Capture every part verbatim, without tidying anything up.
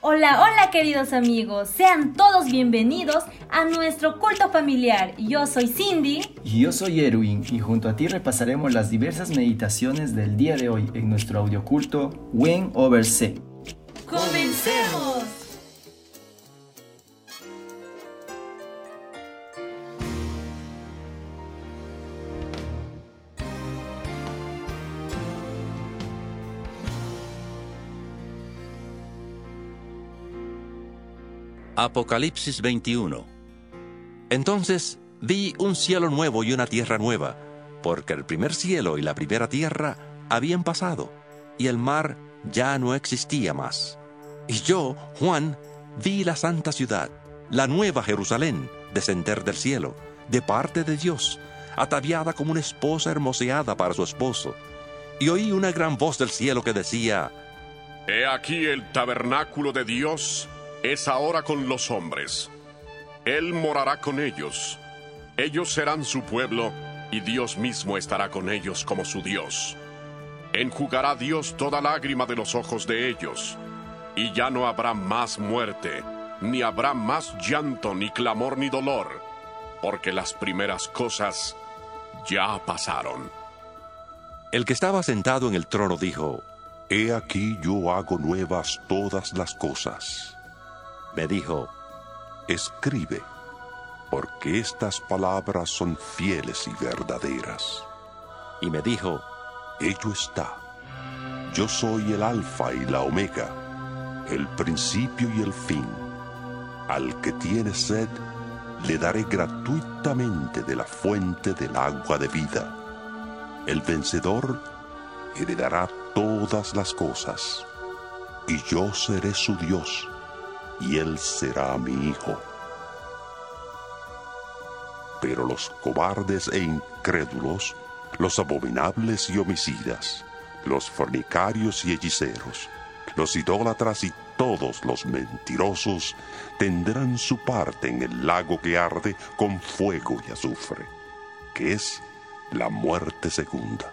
Hola, hola queridos amigos, sean todos bienvenidos a nuestro culto familiar. Yo soy Cindy. Y yo soy Erwin, y junto a ti repasaremos las diversas meditaciones del día de hoy en nuestro audioculto Win Over C. ¡Comencemos! Apocalipsis veintiuno. Entonces vi un cielo nuevo y una tierra nueva, porque el primer cielo y la primera tierra habían pasado, y el mar ya no existía más. Y yo, Juan, vi la santa ciudad, la nueva Jerusalén, descender del cielo, de parte de Dios, ataviada como una esposa hermoseada para su esposo. Y oí una gran voz del cielo que decía: He aquí el tabernáculo de Dios es ahora con los hombres. Él morará con ellos. Ellos serán su pueblo, y Dios mismo estará con ellos como su Dios. Enjugará Dios toda lágrima de los ojos de ellos, y ya no habrá más muerte, ni habrá más llanto, ni clamor, ni dolor, porque las primeras cosas ya pasaron. El que estaba sentado en el trono dijo: He aquí yo hago nuevas todas las cosas. Me dijo: Escribe, porque estas palabras son fieles y verdaderas. Y me dijo: Hecho está. Yo soy el Alfa y la Omega, el principio y el fin. Al que tiene sed, le daré gratuitamente de la fuente del agua de vida. El vencedor heredará todas las cosas, y yo seré su Dios, y él será mi hijo. Pero los cobardes e incrédulos, los abominables y homicidas, los fornicarios y hechiceros, los idólatras y todos los mentirosos tendrán su parte en el lago que arde con fuego y azufre, que es la muerte segunda.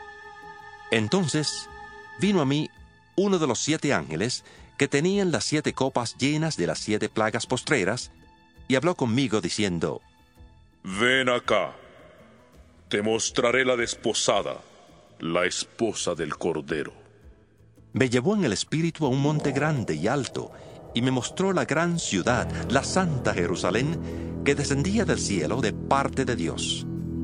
Entonces vino a mí uno de los siete ángeles que tenían las siete copas llenas de las siete plagas postreras, y habló conmigo diciendo: Ven acá, te mostraré la desposada, la esposa del Cordero. Me llevó en el espíritu a un monte grande y alto, y me mostró la gran ciudad, la santa Jerusalén, que descendía del cielo de parte de Dios.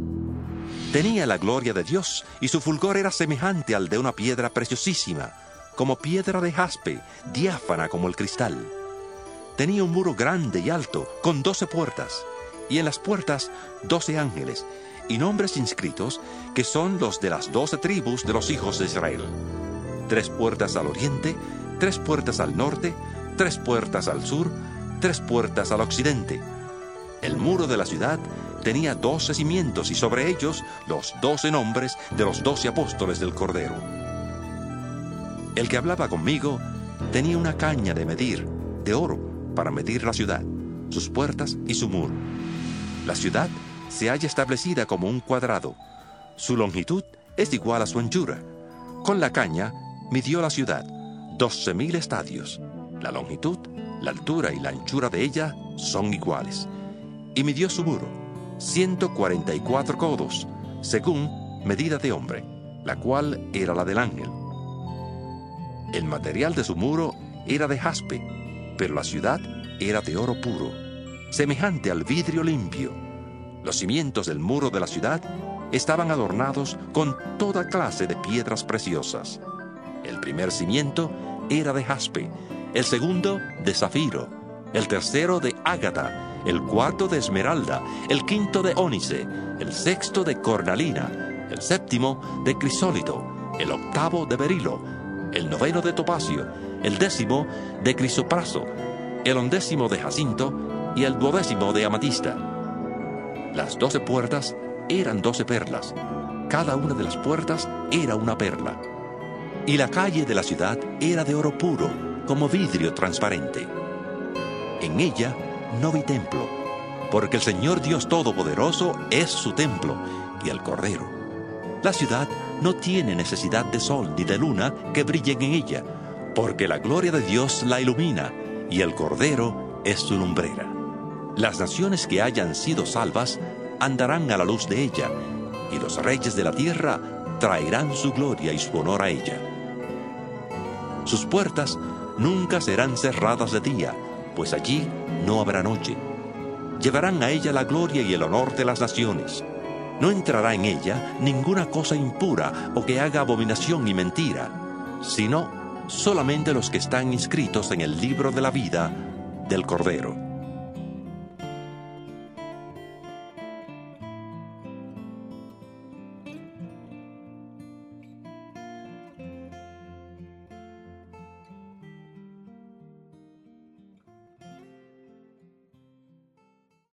Tenía la gloria de Dios, y su fulgor era semejante al de una piedra preciosísima, como piedra de jaspe, diáfana como el cristal. Tenía un muro grande y alto, con doce puertas, y en las puertas doce ángeles, y nombres inscritos, que son los de las doce tribus de los hijos de Israel. Tres puertas al oriente, tres puertas al norte, tres puertas al sur, tres puertas al occidente. El muro de la ciudad tenía doce cimientos, y sobre ellos los doce nombres de los doce apóstoles del Cordero. El que hablaba conmigo tenía una caña de medir, de oro, para medir la ciudad, sus puertas y su muro. La ciudad se halla establecida como un cuadrado. Su longitud es igual a su anchura. Con la caña midió la ciudad, doce mil estadios. La longitud, la altura y la anchura de ella son iguales. Y midió su muro, ciento cuarenta y cuatro codos, según medida de hombre, la cual era la del ángel. El material de su muro era de jaspe, pero la ciudad era de oro puro, semejante al vidrio limpio. Los cimientos del muro de la ciudad estaban adornados con toda clase de piedras preciosas. El primer cimiento era de jaspe, el segundo de zafiro, el tercero de ágata, el cuarto de esmeralda, el quinto de ónice, el sexto de cornalina, el séptimo de crisólito, el octavo de berilo, el noveno de topacio, el décimo de crisopraso, el undécimo de jacinto y el duodécimo de amatista. Las doce puertas eran doce perlas, cada una de las puertas era una perla. Y la calle de la ciudad era de oro puro, como vidrio transparente. En ella no vi templo, porque el Señor Dios Todopoderoso es su templo, y el Cordero. La ciudad no tiene necesidad de sol ni de luna que brillen en ella, porque la gloria de Dios la ilumina, y el Cordero es su lumbrera. Las naciones que hayan sido salvas andarán a la luz de ella, y los reyes de la tierra traerán su gloria y su honor a ella. Sus puertas nunca serán cerradas de día, pues allí no habrá noche. Llevarán a ella la gloria y el honor de las naciones. No entrará en ella ninguna cosa impura o que haga abominación y mentira, sino solamente los que están inscritos en el libro de la vida del Cordero.